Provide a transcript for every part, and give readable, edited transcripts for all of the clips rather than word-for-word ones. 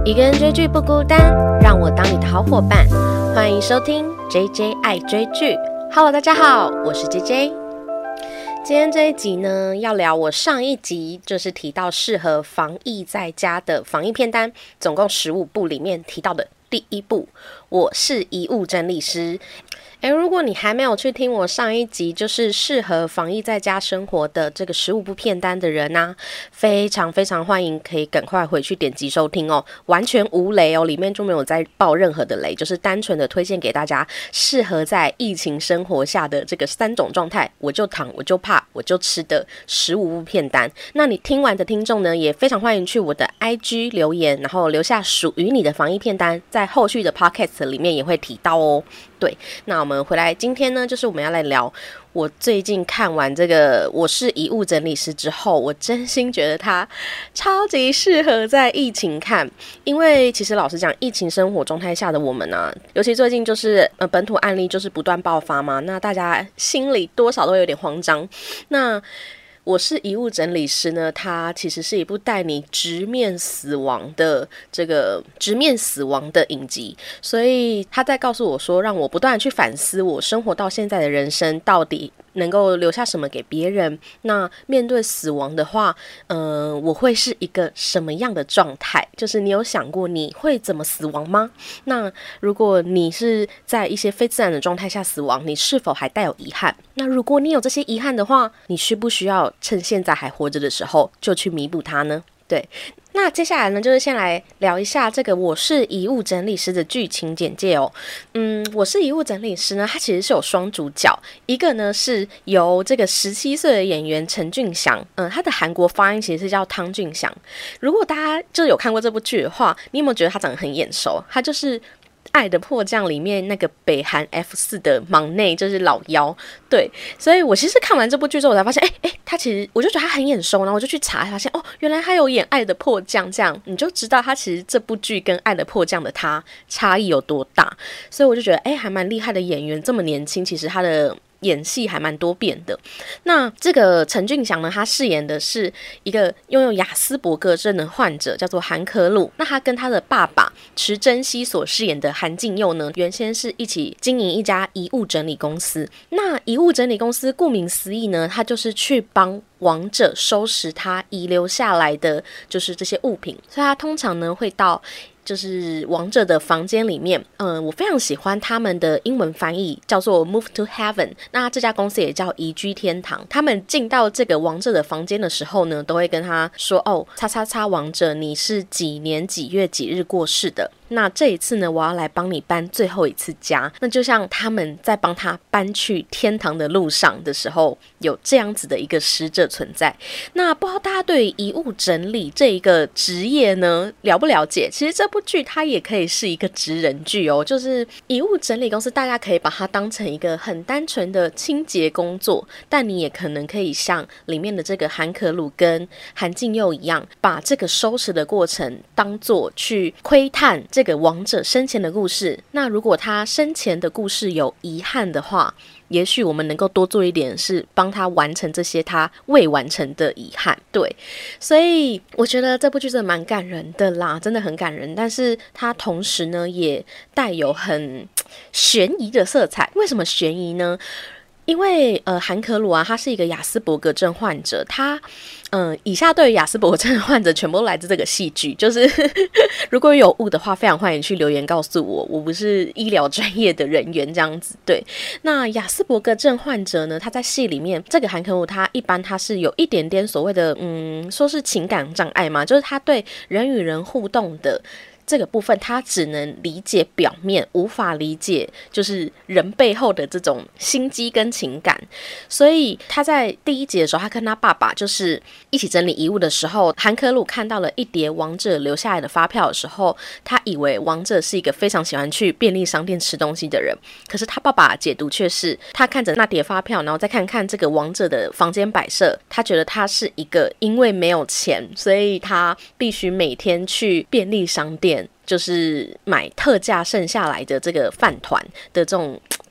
一个人追剧不孤单，让我当你的好伙伴。欢迎收听 JJ 爱追剧。Hello， 大家好，我是 JJ。今天这一集呢，要聊我上一集就是提到适合防疫在家的防疫片单，总共15部里面提到的第一部，我是遗物整理师。如果你还没有去听我上一集就是适合防疫在家生活的这个15部片单的人啊，非常非常欢迎可以赶快回去点击收听哦，完全无雷哦，里面就没有再爆任何的雷，就是单纯的推荐给大家适合在疫情生活下的这个3种状态，我就躺我就怕我就吃的15部片单。那你听完的听众呢，也非常欢迎去我的 IG 留言，然后留下属于你的防疫片单，在后续的 Podcast 里面也会提到哦。对，那我们回来今天呢，就是我们要来聊我最近看完这个我是遗物整理师之后，我真心觉得它超级适合在疫情看。因为其实老实讲，疫情生活状态下的我们啊，尤其最近就是本土案例就是不断爆发嘛，那大家心里多少都会有点慌张。那我是遗物整理师呢，它其实是一部带你直面死亡的影集，所以他在告诉我说，让我不断的去反思我生活到现在的人生到底能够留下什么给别人。那面对死亡的话，我会是一个什么样的状态？就是你有想过你会怎么死亡吗？那如果你是在一些非自然的状态下死亡，你是否还带有遗憾？那如果你有这些遗憾的话，你需不需要趁现在还活着的时候就去弥补它呢？对，那接下来呢，就是先来聊一下这个我是遗物整理师的剧情简介哦。我是遗物整理师呢，它其实是有双主角，一个呢是由这个17岁的演员陈俊祥，他的韩国发音其实是叫汤俊祥。如果大家就有看过这部剧的话，你有没有觉得他长得很眼熟？他就是爱的迫降里面那个北韩 F4 的忙内，就是老幺。对，所以我其实看完这部剧之后，我才发现他其实我就觉得他很眼熟，然后我就去查，发现原来他有演爱的迫降，这样你就知道他其实这部剧跟爱的迫降的他差异有多大。所以我就觉得还蛮厉害的演员，这么年轻，其实他的演戏还蛮多变的。那这个陈俊祥呢，他饰演的是一个拥有亚斯伯格症的患者，叫做韩可鲁。那他跟他的爸爸池珍熙所饰演的韩敬佑呢，原先是一起经营一家遗物整理公司。那遗物整理公司顾名思义呢，他就是去帮亡者收拾他遗留下来的就是这些物品，所以他通常呢会到就是亡者的房间里面。我非常喜欢他们的英文翻译叫做 Move to Heaven， 那这家公司也叫移居天堂。他们进到这个亡者的房间的时候呢，都会跟他说叉叉叉亡者，你是几年几月几日过世的，那这一次呢，我要来帮你搬最后一次家。那就像他们在帮他搬去天堂的路上的时候，有这样子的一个使者存在。那不知道大家对于遗物整理这一个职业呢了不了解？其实这部剧它也可以是一个职人剧哦，就是遗物整理公司，大家可以把它当成一个很单纯的清洁工作，但你也可能可以像里面的这个韩可鲁跟韩敬佑一样，把这个收拾的过程当作去窥探这个亡者生前的故事。那如果他生前的故事有遗憾的话，也许我们能够多做一点，是帮他完成这些他未完成的遗憾。对，所以我觉得这部剧真的蛮感人的啦，真的很感人。但是它同时呢，也带有很悬疑的色彩。为什么悬疑呢？因为韩可鲁啊，他是一个亚斯伯格症患者，他以下对于亚斯伯格症患者全部都来自这个戏剧，就是如果有误的话，非常欢迎去留言告诉我，我不是医疗专业的人员这样子。对，那亚斯伯格症患者呢，他在戏里面这个韩可鲁他一般他是有一点点所谓的说是情感障碍嘛，就是他对人与人互动的这个部分，他只能理解表面，无法理解就是人背后的这种心机跟情感。所以他在第1集的时候，他跟他爸爸就是一起整理遗物的时候，韩可鲁看到了一叠亡者留下来的发票的时候，他以为亡者是一个非常喜欢去便利商店吃东西的人。可是他爸爸解读却是，他看着那叠发票，然后再看看这个亡者的房间摆设，他觉得他是一个因为没有钱，所以他必须每天去便利商店就是买特价剩下来的这个饭团的这种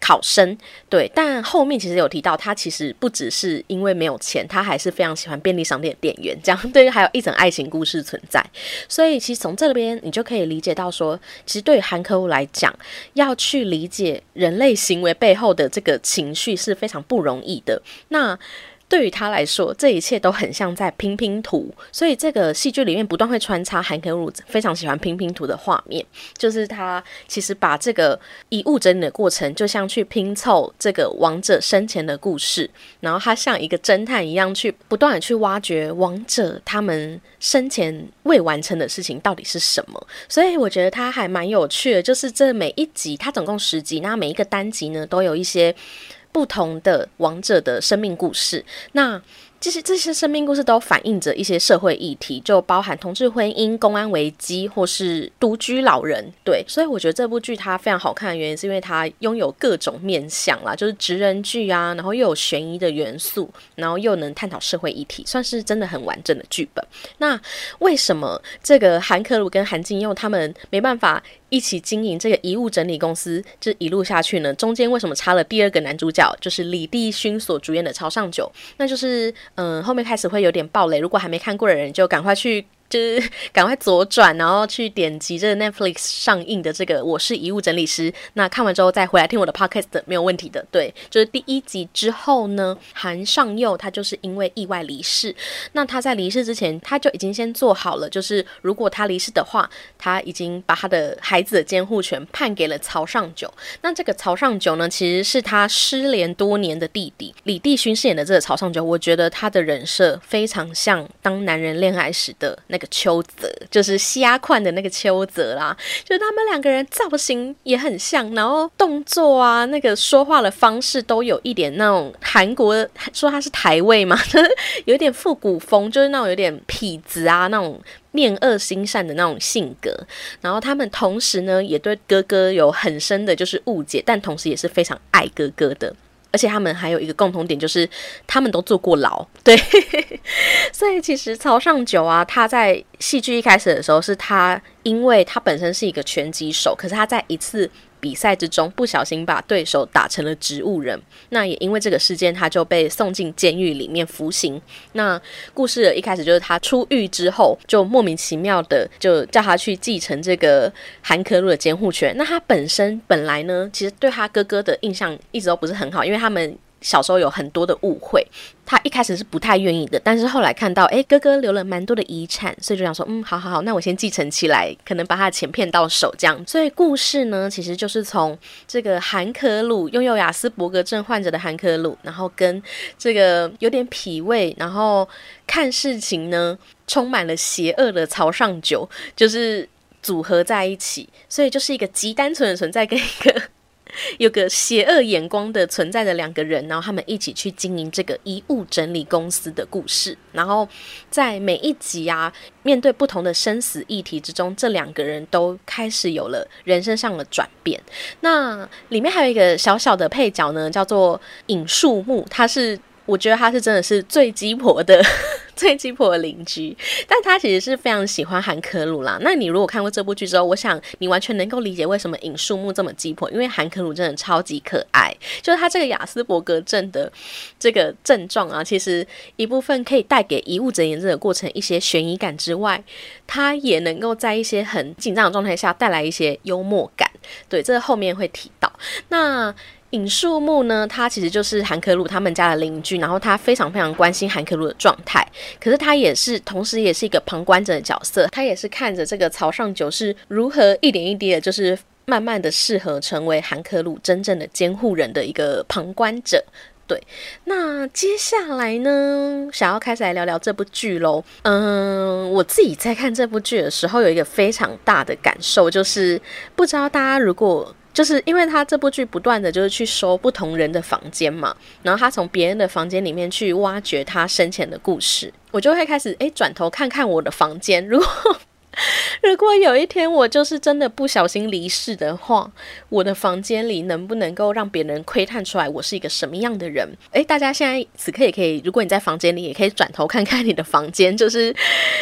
考生，对，但后面其实有提到，他其实不只是因为没有钱，他还是非常喜欢便利商店的店员，这样对，还有一层爱情故事存在。所以其实从这边你就可以理解到说，其实对于韩可鲁来讲，要去理解人类行为背后的这个情绪是非常不容易的。那对于他来说，这一切都很像在拼拼图，所以这个戏剧里面不断会穿插韩可鲁非常喜欢拼拼图的画面，就是他其实把这个遗物整理的过程就像去拼凑这个亡者生前的故事，然后他像一个侦探一样去不断的去挖掘亡者他们生前未完成的事情到底是什么。所以我觉得他还蛮有趣的，就是这每一集他总共10集，那每一个单集呢都有一些不同的亡者的生命故事，那这些生命故事都反映着一些社会议题，就包含同志婚姻、公安危机或是独居老人。对，所以我觉得这部剧它非常好看的原因是因为它拥有各种面向啦，就是职人剧啊，然后又有悬疑的元素，然后又能探讨社会议题，算是真的很完整的剧本。那为什么这个韩可鲁跟韩金佑他们没办法一起经营这个遗物整理公司，就一路下去呢？中间为什么插了第二个男主角，就是李帝勋所主演的朝上九？那就是后面开始会有点爆雷，如果还没看过的人就赶快去。就是赶快左转，然后去点击这个 Netflix 上映的这个我是遗物整理师，那看完之后再回来听我的 podcast 没有问题的。对，就是第1集之后呢，韩尚佑他就是因为意外离世，那他在离世之前他就已经先做好了，就是如果他离世的话，他已经把他的孩子的监护权判给了曹尚九。那这个曹尚九呢，其实是他失联多年的弟弟李帝勋饰演的这个曹尚九，我觉得他的人设非常像当男人恋爱时的那个邱泽，就是虾款的那个邱泽啦，就是他们两个人造型也很像，然后动作啊，那个说话的方式都有一点那种韩国说他是台味嘛，有点复古风，就是那种有点痞子啊，那种面恶心善的那种性格。然后他们同时呢也对哥哥有很深的就是误解，但同时也是非常爱哥哥的。而且他们还有一个共同点，就是他们都坐过牢，对。所以其实曹尚九啊，他在戏剧一开始的时候是他，因为他本身是一个拳击手，可是他在一次比赛之中不小心把对手打成了植物人，那也因为这个事件他就被送进监狱里面服刑。那故事的一开始就是他出狱之后就莫名其妙的就叫他去继承这个韩可鲁的监护权。那他本来呢其实对他哥哥的印象一直都不是很好，因为他们小时候有很多的误会，他一开始是不太愿意的，但是后来看到哥哥留了蛮多的遗产，所以就想说好，那我先继承起来，可能把他的钱骗到手这样。所以故事呢其实就是从这个韩可鲁拥有亚斯伯格症患者的韩可鲁，然后跟这个有点痞味，然后看事情呢充满了邪恶的曹尚九，就是组合在一起，所以就是一个极单纯的存在跟一个有个邪恶眼光的存在的两个人，然后他们一起去经营这个遗物整理公司的故事。然后在每一集啊，面对不同的生死议题之中，这两个人都开始有了人生上的转变。那里面还有一个小小的配角呢，叫做尹树木，我觉得他是真的是最鸡婆的最鸡婆的邻居，但他其实是非常喜欢韩可鲁啦。那你如果看过这部剧之后，我想你完全能够理解为什么尹树木这么鸡婆，因为韩可鲁真的超级可爱。就是他这个亚斯伯格症的这个症状啊，其实一部分可以带给遗物整理这个过程一些悬疑感之外，他也能够在一些很紧张的状态下带来一些幽默感。对，这个后面会提到。那尹树木呢，他其实就是韩可鲁他们家的邻居，然后他非常非常关心韩可鲁的状态，可是他同时也是一个旁观者的角色，他也是看着这个曹尚九是如何一点一滴的就是慢慢的适合成为韩可鲁真正的监护人的一个旁观者。对，那接下来呢，想要开始来聊聊这部剧咯。我自己在看这部剧的时候有一个非常大的感受，就是不知道大家如果就是因为他这部剧不断的就是去收不同人的房间嘛，然后他从别人的房间里面去挖掘他生前的故事，我就会开始转头看看我的房间，如果有一天我就是真的不小心离世的话，我的房间里能不能够让别人窥探出来我是一个什么样的人。大家现在此刻也可以，如果你在房间里也可以转头看看你的房间，就是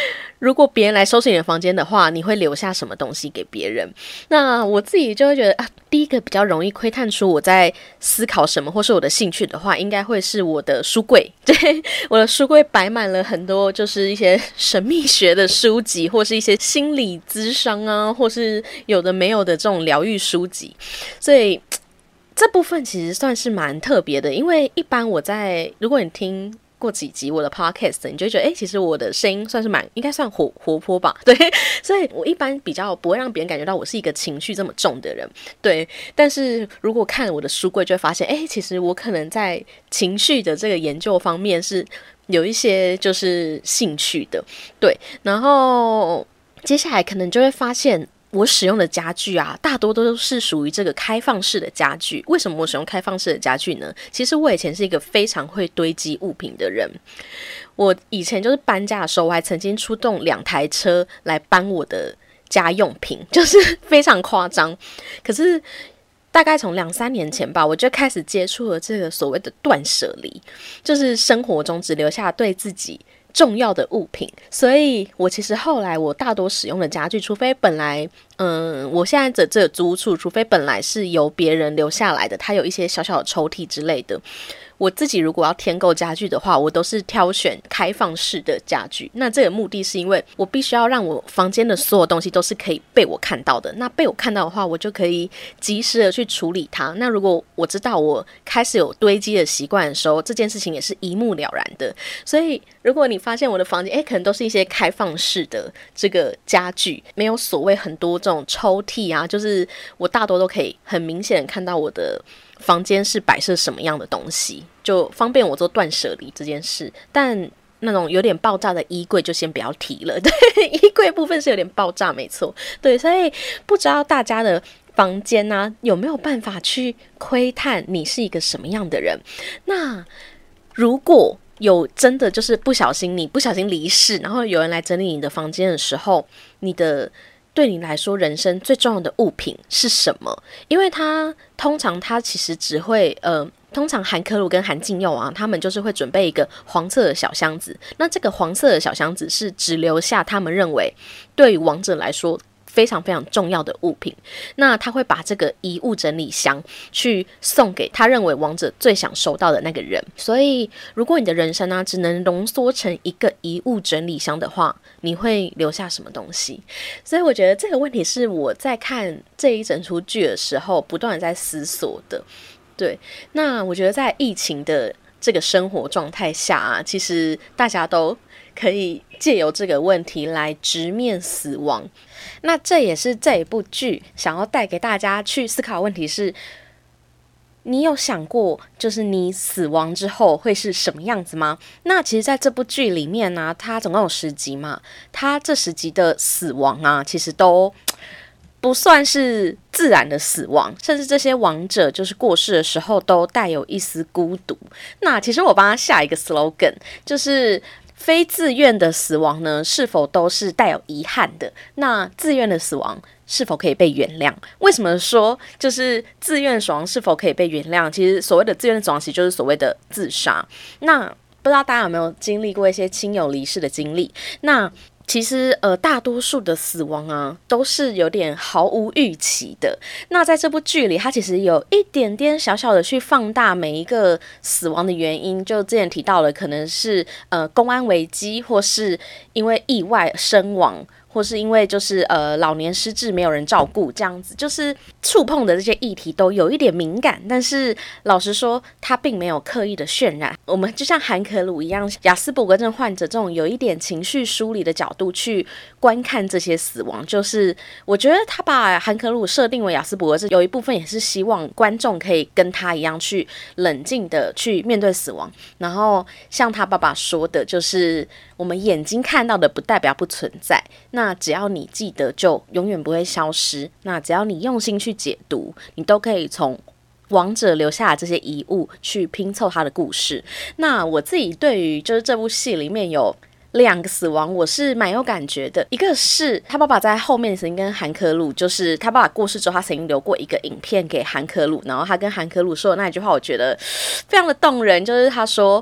如果别人来收拾你的房间的话，你会留下什么东西给别人？那我自己就会觉得第一个比较容易窥探出我在思考什么或是我的兴趣的话，应该会是我的书柜。对，我的书柜摆满了很多就是一些神秘学的书籍，或是一些心理咨商啊，或是有的没有的这种疗愈书籍，所以这部分其实算是蛮特别的。因为一般如果你听过几集我的 podcast， 你就会觉得其实我的声音算是应该算活泼吧。对，所以我一般比较不会让别人感觉到我是一个情绪这么重的人。对，但是如果看我的书柜就会发现其实我可能在情绪的这个研究方面是有一些就是兴趣的。对，然后接下来可能就会发现我使用的家具啊，大多都是属于这个开放式的家具。为什么我使用开放式的家具呢？其实我以前是一个非常会堆积物品的人。我以前就是搬家的时候，我还曾经出动2台车来搬我的家用品，就是非常夸张。可是大概从2-3年前吧，我就开始接触了这个所谓的断舍离，就是生活中只留下对自己重要的物品。所以我其实后来我大多使用的家具，除非本来我现在的这个租屋处，除非本来是由别人留下来的，它有一些小小的抽屉之类的，我自己如果要添购家具的话，我都是挑选开放式的家具。那这个目的是因为我必须要让我房间的所有东西都是可以被我看到的。那被我看到的话，我就可以及时的去处理它。那如果我知道我开始有堆积的习惯的时候，这件事情也是一目了然的。所以如果你发现我的房间可能都是一些开放式的这个家具，没有所谓很多这种抽屉啊，就是我大多都可以很明显看到我的房间是摆设什么样的东西，就方便我做断舍离这件事。但那种有点爆炸的衣柜就先不要提了。对，衣柜部分是有点爆炸没错。对，所以不知道大家的房间啊有没有办法去窥探你是一个什么样的人。那如果有真的就是你不小心离世，然后有人来整理你的房间的时候，对你来说人生最重要的物品是什么？因为通常其实只会通常韩可鲁跟韩敬佑啊，他们就是会准备一个黄色的小箱子。那这个黄色的小箱子是只留下他们认为对于王者来说非常非常重要的物品。那他会把这个遗物整理箱去送给他认为王者最想收到的那个人。所以如果你的人生啊只能浓缩成一个遗物整理箱的话，你会留下什么东西？所以我觉得这个问题是我在看这一整出剧的时候不断的在思索的。对，那我觉得在疫情的这个生活状态下啊，其实大家都可以借由这个问题来直面死亡。那这也是这一部剧想要带给大家去思考的问题是，你有想过就是你死亡之后会是什么样子吗？那其实在这部剧里面呢，它总共有10集嘛，它这10集的死亡啊其实都不算是自然的死亡，甚至这些王者就是过世的时候都带有一丝孤独。那其实我帮他下一个 slogan， 就是非自愿的死亡呢是否都是带有遗憾的，那自愿的死亡是否可以被原谅？为什么说就是自愿死亡是否可以被原谅？其实所谓的自愿死亡其实就是所谓的自杀。那不知道大家有没有经历过一些亲友离世的经历？那其实大多数的死亡啊都是有点毫无预期的。那在这部剧里，它其实有一点点小小的去放大每一个死亡的原因，就之前提到了可能是公安危机，或是因为意外身亡，或是因为就是老年失智没有人照顾，这样子就是触碰的这些议题都有一点敏感。但是老实说他并没有刻意的渲染，我们就像韩可鲁一样，亚斯伯格症患者这种有一点情绪梳理的角度去观看这些死亡。就是我觉得他把韩可鲁设定为亚斯伯格症，有一部分也是希望观众可以跟他一样去冷静的去面对死亡。然后像他爸爸说的，就是我们眼睛看到的不代表不存在，那只要你记得就永远不会消失。那只要你用心去解读，你都可以从王者留下的这些遗物去拼凑他的故事。那我自己对于就是这部戏里面有2个死亡我是蛮有感觉的。一个是他爸爸在后面曾经跟韩可鲁，就是他爸爸过世之后，他曾经留过一个影片给韩可鲁，然后他跟韩可鲁说的那一句话我觉得非常的动人，就是他说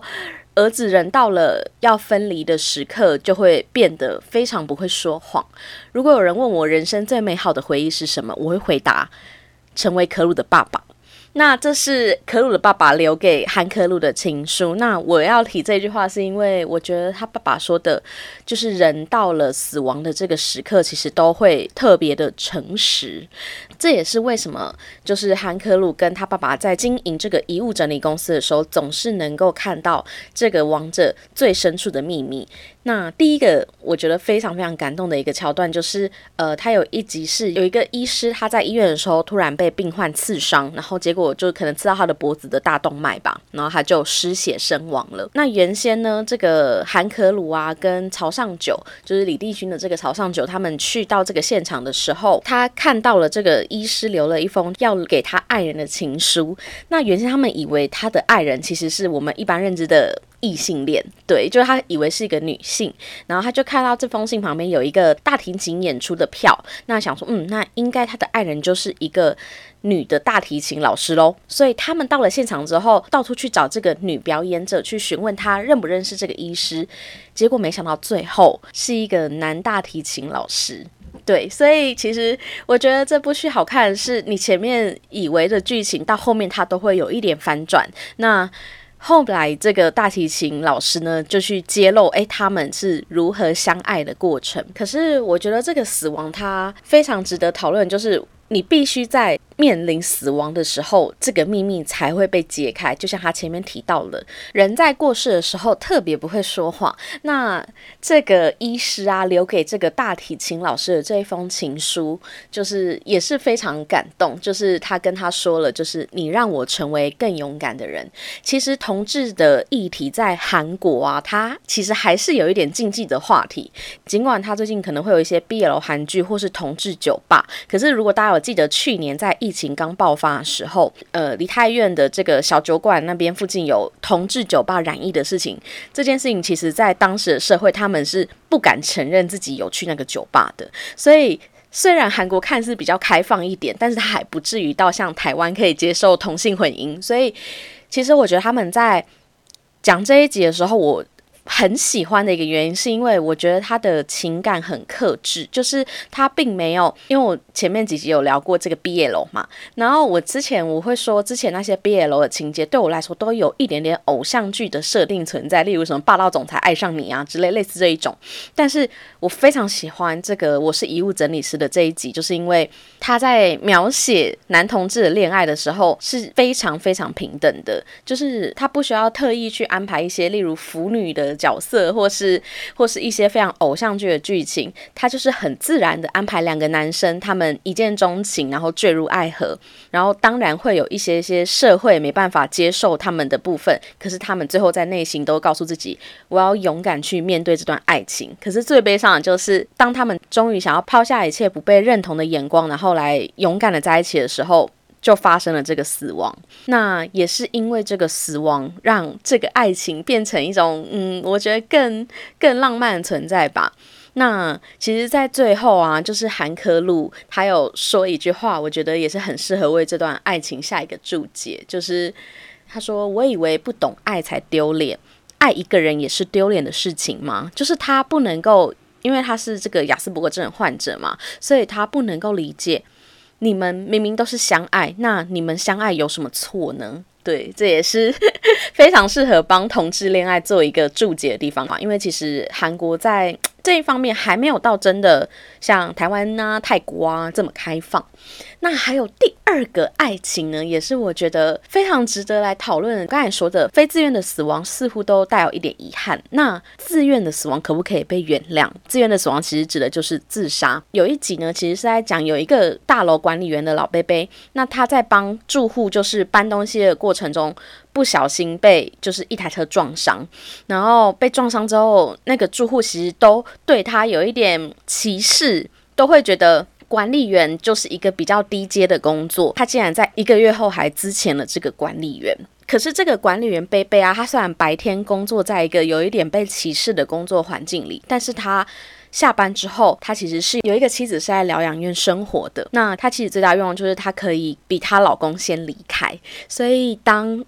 儿子人到了要分离的时刻，就会变得非常不会说谎。如果有人问我人生最美好的回忆是什么，我会回答成为可鲁的爸爸。那这是可鲁的爸爸留给韩可鲁的情书。那我要提这句话是因为我觉得他爸爸说的就是人到了死亡的这个时刻其实都会特别的诚实。这也是为什么就是韩可鲁跟他爸爸在经营这个遗物整理公司的时候总是能够看到这个亡者最深处的秘密。那第一个我觉得非常非常感动的一个桥段就是他有一集是有一个医师他在医院的时候突然被病患刺伤，然后结果就可能刺到他的脖子的大动脉吧，然后他就失血身亡了。那原先呢这个韩可鲁啊跟曹尚九就是李帝勋的这个曹尚九他们去到这个现场的时候，他看到了这个医师留了一封要给他爱人的情书。那原先他们以为他的爱人其实是我们一般认知的异性恋，对，就是他以为是一个女性，然后他就看到这封信旁边有一个大提琴演出的票，那想说那应该他的爱人就是一个女的大提琴老师咯。所以他们到了现场之后到处去找这个女表演者去询问她认不认识这个医师，结果没想到最后是一个男大提琴老师。对，所以其实我觉得这部剧好看的是你前面以为的剧情到后面它都会有一点反转。那后来这个大提琴老师呢就去揭露他们是如何相爱的过程。可是我觉得这个死亡它非常值得讨论，就是你必须在面临死亡的时候这个秘密才会被揭开。就像他前面提到了人在过世的时候特别不会说谎，那这个医师啊留给这个大提琴老师的这一封情书就是也是非常感动，就是他跟他说了就是你让我成为更勇敢的人。其实同志的议题在韩国啊它其实还是有一点禁忌的话题，尽管他最近可能会有一些 BL 韩剧或是同志酒吧，可是如果大家有记得去年在疫情刚爆发的时候梨泰院的这个小酒馆那边附近有同志酒吧染疫的事情，这件事情其实在当时的社会他们是不敢承认自己有去那个酒吧的。所以虽然韩国看似比较开放一点，但是它还不至于到像台湾可以接受同性混姻。所以其实我觉得他们在讲这一集的时候我很喜欢的一个原因是因为我觉得他的情感很克制，就是他并没有，因为我前面几集有聊过这个 BL 嘛，然后我会说之前那些 BL 的情节对我来说都有一点点偶像剧的设定存在，例如什么霸道总裁爱上你啊之类类似这一种。但是我非常喜欢这个我是遗物整理师的这一集，就是因为他在描写男同志的恋爱的时候是非常非常平等的，就是他不需要特意去安排一些例如腐女的角色或是一些非常偶像剧的剧情，他就是很自然的安排两个男生他们一见钟情然后坠入爱河，然后当然会有一些社会没办法接受他们的部分，可是他们最后在内心都告诉自己我要勇敢去面对这段爱情。可是最悲伤的就是当他们终于想要抛下一切不被认同的眼光然后来勇敢的在一起的时候就发生了这个死亡。那也是因为这个死亡让这个爱情变成一种我觉得更浪漫的存在吧。那其实在最后啊就是韩可鲁他有说一句话我觉得也是很适合为这段爱情下一个注解，就是他说我以为不懂爱才丢脸，爱一个人也是丢脸的事情吗？就是他不能够，因为他是这个亚斯伯格症患者嘛，所以他不能够理解你们明明都是相爱，那你们相爱有什么错呢？对，这也是非常适合帮同志恋爱做一个注解的地方嘛。因为其实韩国在这一方面还没有到真的像台湾啊、泰国啊这么开放。那还有第二个爱情呢，也是我觉得非常值得来讨论的。刚才说的非自愿的死亡似乎都带有一点遗憾，那自愿的死亡可不可以被原谅？自愿的死亡其实指的就是自杀。有一集呢其实是在讲有一个大楼管理员的老伯伯，那他在帮住户就是搬东西的过程中不小心被就是一台车撞伤，然后被撞伤之后那个住户其实都对他有一点歧视，都会觉得管理员就是一个比较低阶的工作，他竟然在1个月后还资遣了这个管理员。可是这个管理员贝贝啊，他虽然白天工作在一个有一点被歧视的工作环境里，但是他下班之后他其实是有一个妻子是在疗养院生活的，那他其实最大愿望就是他可以比她老公先离开。所以当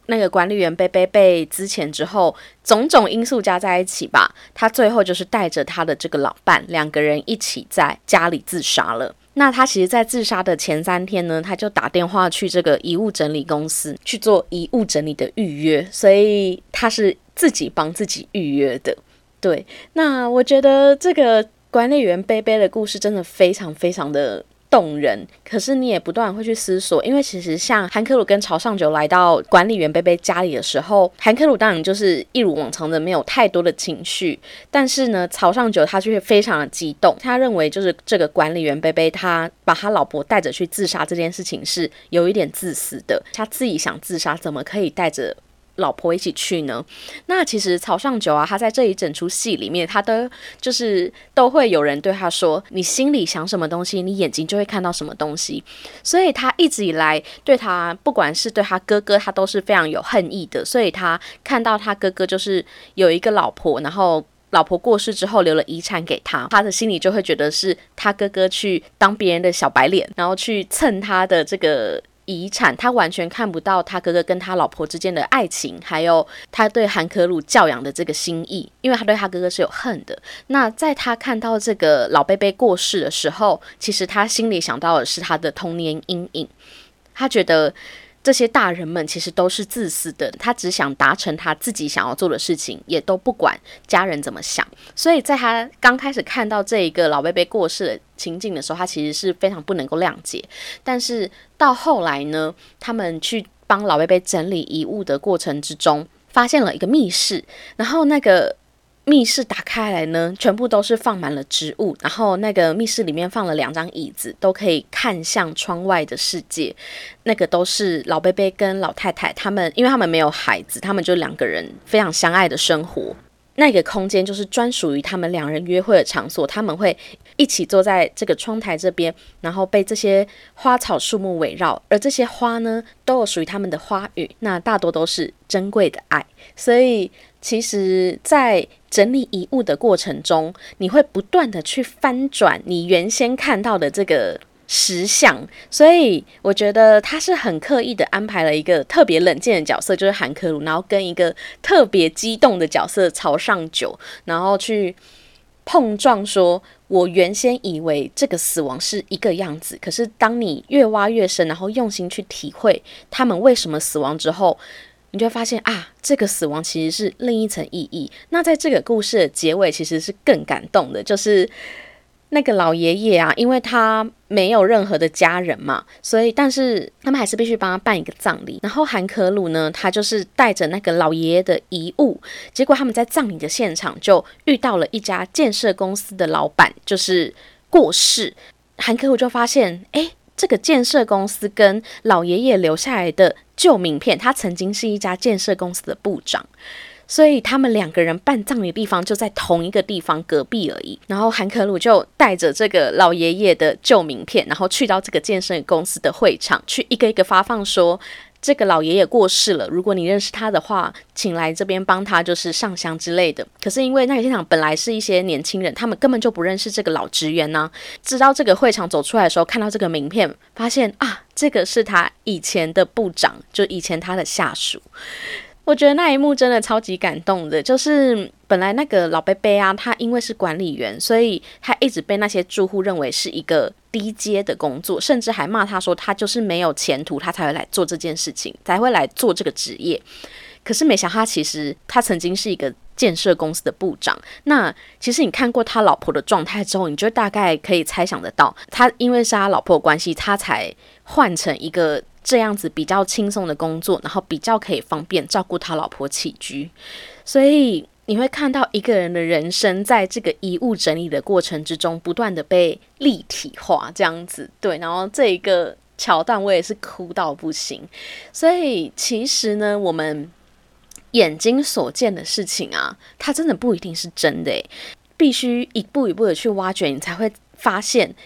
那个管理员贝贝被资遣之后，种种因素加在一起吧，他最后就是带着他的这个老伴，两个人一起在家里自杀了。那他其实在自杀的前3天呢，他就打电话去这个遗物整理公司去做遗物整理的预约，所以他是自己帮自己预约的。对，那我觉得这个管理员贝贝的故事真的非常非常的动人，可是你也不断会去思索，因为其实像韩克鲁跟朝上九来到管理员贝贝家里的时候，韩克鲁当然就是一如往常的没有太多的情绪，但是呢，朝上九他却非常的激动，他认为就是这个管理员贝贝他把他老婆带着去自杀这件事情是有一点自私的，他自己想自杀怎么可以带着老婆一起去呢？那其实曹尚九啊，他在这一整出戏里面，他都会有人对他说，你心里想什么东西，你眼睛就会看到什么东西。所以他一直以来对他，不管是对他哥哥，他都是非常有恨意的。所以他看到他哥哥就是有一个老婆，然后老婆过世之后留了遗产给他，他的心里就会觉得是他哥哥去当别人的小白脸，然后去蹭他的这个遗产，他完全看不到他哥哥跟他老婆之间的爱情，还有他对韩可鲁教养的这个心意，因为他对他哥哥是有恨的。那在他看到这个老贝贝过世的时候，其实他心里想到的是他的童年阴影，他觉得这些大人们其实都是自私的，他只想达成他自己想要做的事情，也都不管家人怎么想。所以在他刚开始看到这一个老贝贝过世的情境的时候，他其实是非常不能够谅解。但是到后来呢，他们去帮老贝贝整理遗物的过程之中，发现了一个密室，然后那个密室打开来呢，全部都是放满了植物，然后那个密室里面放了2张椅子，都可以看向窗外的世界。那个都是老贝贝跟老太太他们，因为他们没有孩子，他们就2个人非常相爱的生活。那个空间就是专属于他们2人约会的场所，他们会一起坐在这个窗台这边，然后被这些花草树木围绕，而这些花呢，都有属于他们的花语，那大多都是珍贵的爱。所以其实在整理遗物的过程中，你会不断的去翻转你原先看到的这个实相，所以我觉得他是很刻意的安排了一个特别冷静的角色，就是韩可鲁，然后跟一个特别激动的角色朝上九，然后去碰撞说，我原先以为这个死亡是一个样子，可是当你越挖越深，然后用心去体会他们为什么死亡之后，你就会发现啊，这个死亡其实是另一层意义。那在这个故事的结尾其实是更感动的，就是那个老爷爷啊，因为他没有任何的家人嘛，所以但是他们还是必须帮他办一个葬礼。然后韩可鲁呢，他就是带着那个老爷爷的遗物，结果他们在葬礼的现场就遇到了一家建设公司的老板，就是过世。韩可鲁就发现，这个建设公司跟老爷爷留下来的旧名片，他曾经是一家建设公司的部长。所以他们2个人办葬礼的地方就在同一个地方隔壁而已。然后韩可鲁就带着这个老爷爷的旧名片，然后去到这个建设公司的会场，去一个一个发放说，这个老爷爷过世了，如果你认识他的话，请来这边帮他就是上香之类的。可是因为那个现场本来是一些年轻人，他们根本就不认识这个老职员啊。直到这个会场走出来的时候，看到这个名片，发现啊，这个是他以前的部长，就以前他的下属。我觉得那一幕真的超级感动的，就是本来那个老贝贝啊，他因为是管理员，所以他一直被那些住户认为是一个低阶的工作，甚至还骂他说他就是没有前途，他才会来做这件事情，才会来做这个职业。可是没想到他曾经是一个建设公司的部长。那其实你看过他老婆的状态之后，你就大概可以猜想得到，他因为是他老婆的关系，他才换成一个这样子比较轻松的工作，然后比较可以方便照顾他老婆起居。所以你会看到一个人的人生在这个遗物整理的过程之中不断的被立体化这样子。对，然后这一个桥段我也是哭到不行。所以其实呢，我们眼睛所见的事情啊，它真的不一定是真的耶，必须一步一步的去挖掘，你才会发现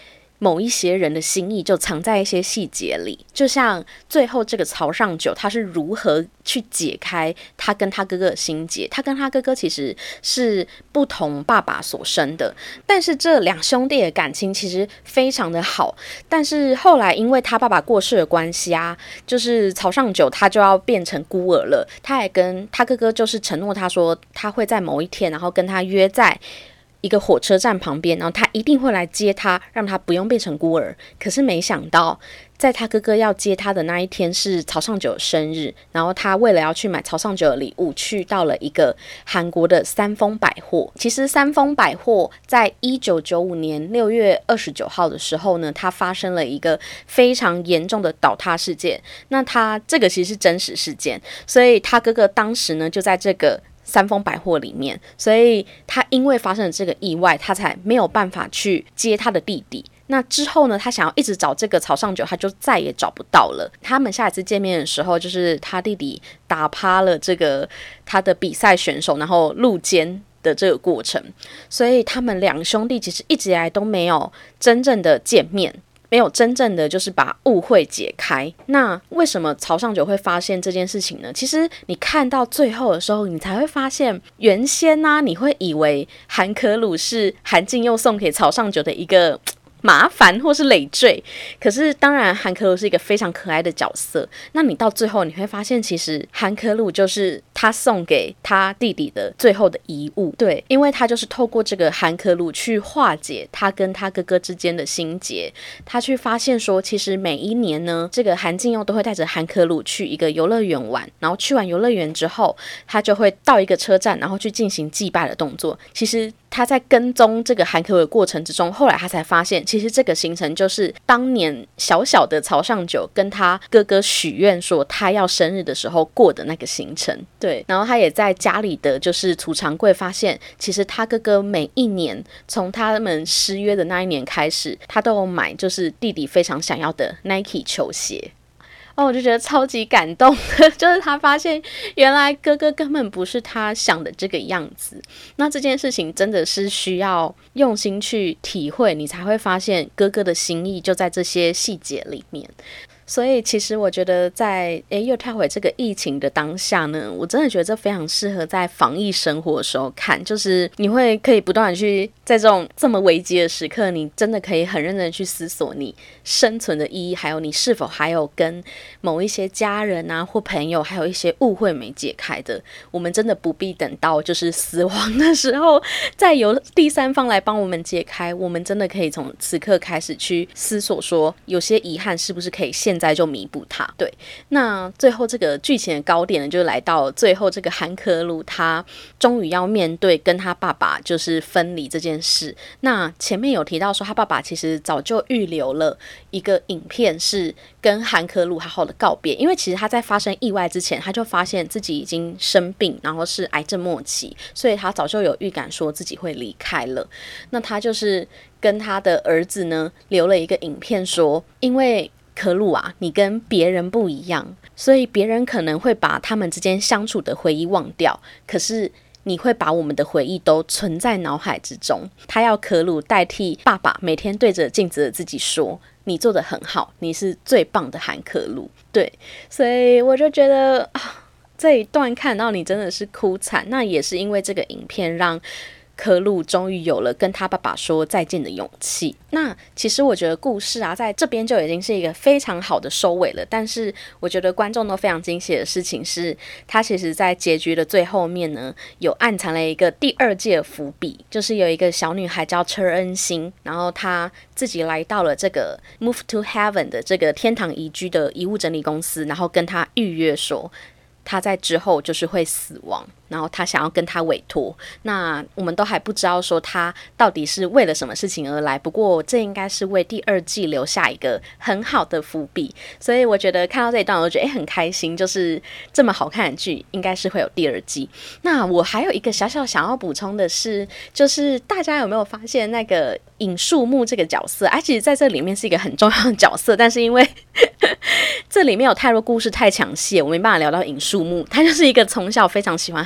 某一些人的心意就藏在一些细节里，就像最后这个曹尚九他是如何去解开他跟他哥哥的心结。他跟他哥哥其实是不同爸爸所生的，但是这两兄弟的感情其实非常的好，但是后来因为他爸爸过世的关系啊，就是曹尚九他就要变成孤儿了。他也跟他哥哥就是承诺他说他会在某一天，然后跟他约在一个火车站旁边，然后他一定会来接他，让他不用变成孤儿。可是没想到在他哥哥要接他的那一天是曹尚九的生日，然后他为了要去买曹尚九的礼物，去到了一个韩国的三丰百货。其实三丰百货在1995年6月29号的时候呢，它发生了一个非常严重的倒塌事件。那它这个其实是真实事件，所以他哥哥当时呢就在这个三丰百货里面，所以他因为发生了这个意外，他才没有办法去接他的弟弟。那之后呢，他想要一直找这个曹尚九，他就再也找不到了。他们下一次见面的时候，就是他弟弟打趴了这个他的比赛选手，然后入监的这个过程，所以他们两兄弟其实一直以来都没有真正的见面，没有真正的就是把误会解开。那为什么曹尚九会发现这件事情呢？其实你看到最后的时候，你才会发现原先啊，你会以为韩可鲁是韩静佑送给曹尚九的一个麻烦或是累赘，可是当然韩可鲁是一个非常可爱的角色。那你到最后你会发现，其实韩可鲁就是他送给他弟弟的最后的遗物。对，因为他就是透过这个韩可鲁去化解他跟他哥哥之间的心结。他去发现说，其实每一年呢，这个韩静佑都会带着韩可鲁去一个游乐园玩，然后去完游乐园之后，他就会到一个车站，然后去进行祭拜的动作。其实他在跟踪这个韩可鲁的过程之中，后来他才发现，其实这个行程就是当年小小的曹尚九跟他哥哥许愿说他要生日的时候过的那个行程。对，然后他也在家里的就是储藏柜发现，其实他哥哥每一年从他们失约的那一年开始，他都有买就是弟弟非常想要的 Nike 球鞋。我就觉得超级感动的，就是他发现原来哥哥根本不是他想的这个样子。那这件事情真的是需要用心去体会，你才会发现哥哥的心意就在这些细节里面。所以其实我觉得在又跳回这个疫情的当下呢，我真的觉得这非常适合在防疫生活的时候看，就是你会可以不断的去在这种这么危机的时刻，你真的可以很认真的去思索你生存的意义，还有你是否还有跟某一些家人啊或朋友还有一些误会没解开的。我们真的不必等到就是死亡的时候再由第三方来帮我们解开，我们真的可以从此刻开始去思索说，有些遗憾是不是可以现在就弥补它。对，那最后这个剧情的高点呢，就来到最后这个韩可鲁他终于要面对跟他爸爸就是分离这件事。那前面有提到说他爸爸其实早就预留了一个影片是跟韩可鲁好好的告别，因为其实他在发生意外之前他就发现自己已经生病，然后是癌症末期，所以他早就有预感说自己会离开了。那他就是跟他的儿子呢留了一个影片说，因为可鲁啊，你跟别人不一样，所以别人可能会把他们之间相处的回忆忘掉，可是你会把我们的回忆都存在脑海之中。他要可鲁代替爸爸每天对着镜子的自己说，你做得很好，你是最棒的韩可鲁。对，所以我就觉得这一段看到你真的是哭惨。那也是因为这个影片让可鲁终于有了跟他爸爸说再见的勇气。那其实我觉得故事啊在这边就已经是一个非常好的收尾了，但是我觉得观众都非常惊喜的事情是，他其实在结局的最后面呢有暗藏了一个第二季的伏笔，就是有一个小女孩叫车恩星，然后她自己来到了这个 Move to Heaven 的这个天堂宜居的遗物整理公司，然后跟她预约说他在之后就是会死亡，然后他想要跟他委托。那我们都还不知道说他到底是为了什么事情而来，不过这应该是为第二季留下一个很好的伏笔。所以我觉得看到这一段我就觉得很开心，就是这么好看的剧应该是会有第二季。那我还有一个小小想要补充的是，就是大家有没有发现那个尹树木这个角色其实在这里面是一个很重要的角色，但是因为这里面有太多故事太详细，我没办法聊到尹树木。他就是一个从小非常喜欢韩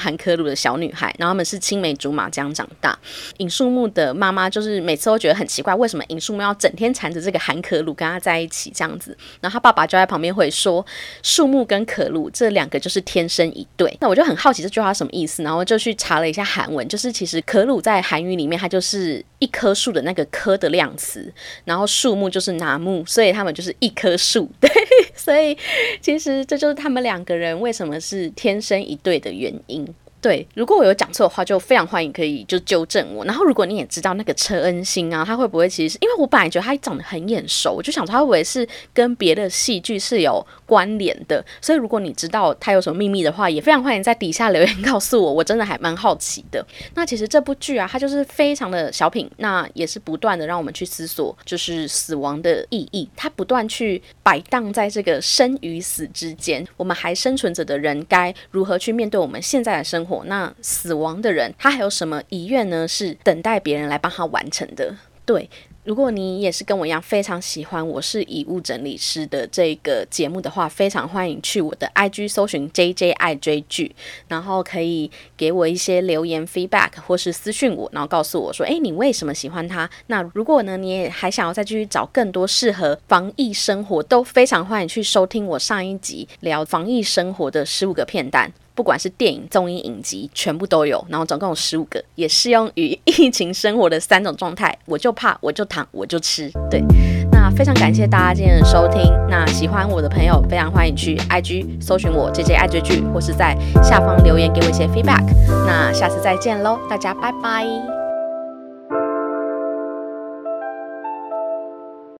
韩可鲁的小女孩，然后他们是青梅竹马这样长大。尹树木的妈妈就是每次都觉得很奇怪，为什么尹树木要整天缠着这个韩可鲁跟他在一起这样子，然后他爸爸就在旁边会说，树木跟可鲁这两个就是天生一对。那我就很好奇这句话什么意思，然后就去查了一下韩文，就是其实可鲁在韩语里面它就是一棵树的那个棵的量词，然后树木就是拿木，所以他们就是一棵树。对，所以其实这就是他们两个人为什么是天生一对的原因。对，如果我有讲错的话，就非常欢迎可以就纠正我。然后如果你也知道那个车恩星啊，他会不会其实是因为我本来觉得他长得很眼熟，我就想说他会不会是跟别的戏剧是有关联的。所以如果你知道他有什么秘密的话，也非常欢迎在底下留言告诉我，我真的还蛮好奇的。那其实这部剧啊，它就是非常的小品，那也是不断的让我们去思索就是死亡的意义，它不断去摆荡在这个生与死之间，我们还生存着的人该如何去面对我们现在的生活，那死亡的人他还有什么遗愿呢，是等待别人来帮他完成的。对，如果你也是跟我一样非常喜欢我是遗物整理师的这个节目的话，非常欢迎去我的 IG 搜寻 JJ 爱追剧，然后可以给我一些留言 feedback 或是私讯我，然后告诉我说你为什么喜欢他。那如果呢你也还想要再继续找更多适合防疫生活，都非常欢迎去收听我上一集聊防疫生活的15个片单，不管是电影、综艺、影集，全部都有，然后总共有15个，也适用于疫情生活的3种状态，我就怕，我就躺，我就吃。对，那非常感谢大家今天的收听。那喜欢我的朋友，非常欢迎去 IG 搜寻我 JJ 爱追剧，或是在下方留言给我一些 feedback。那下次再见咯，大家拜拜。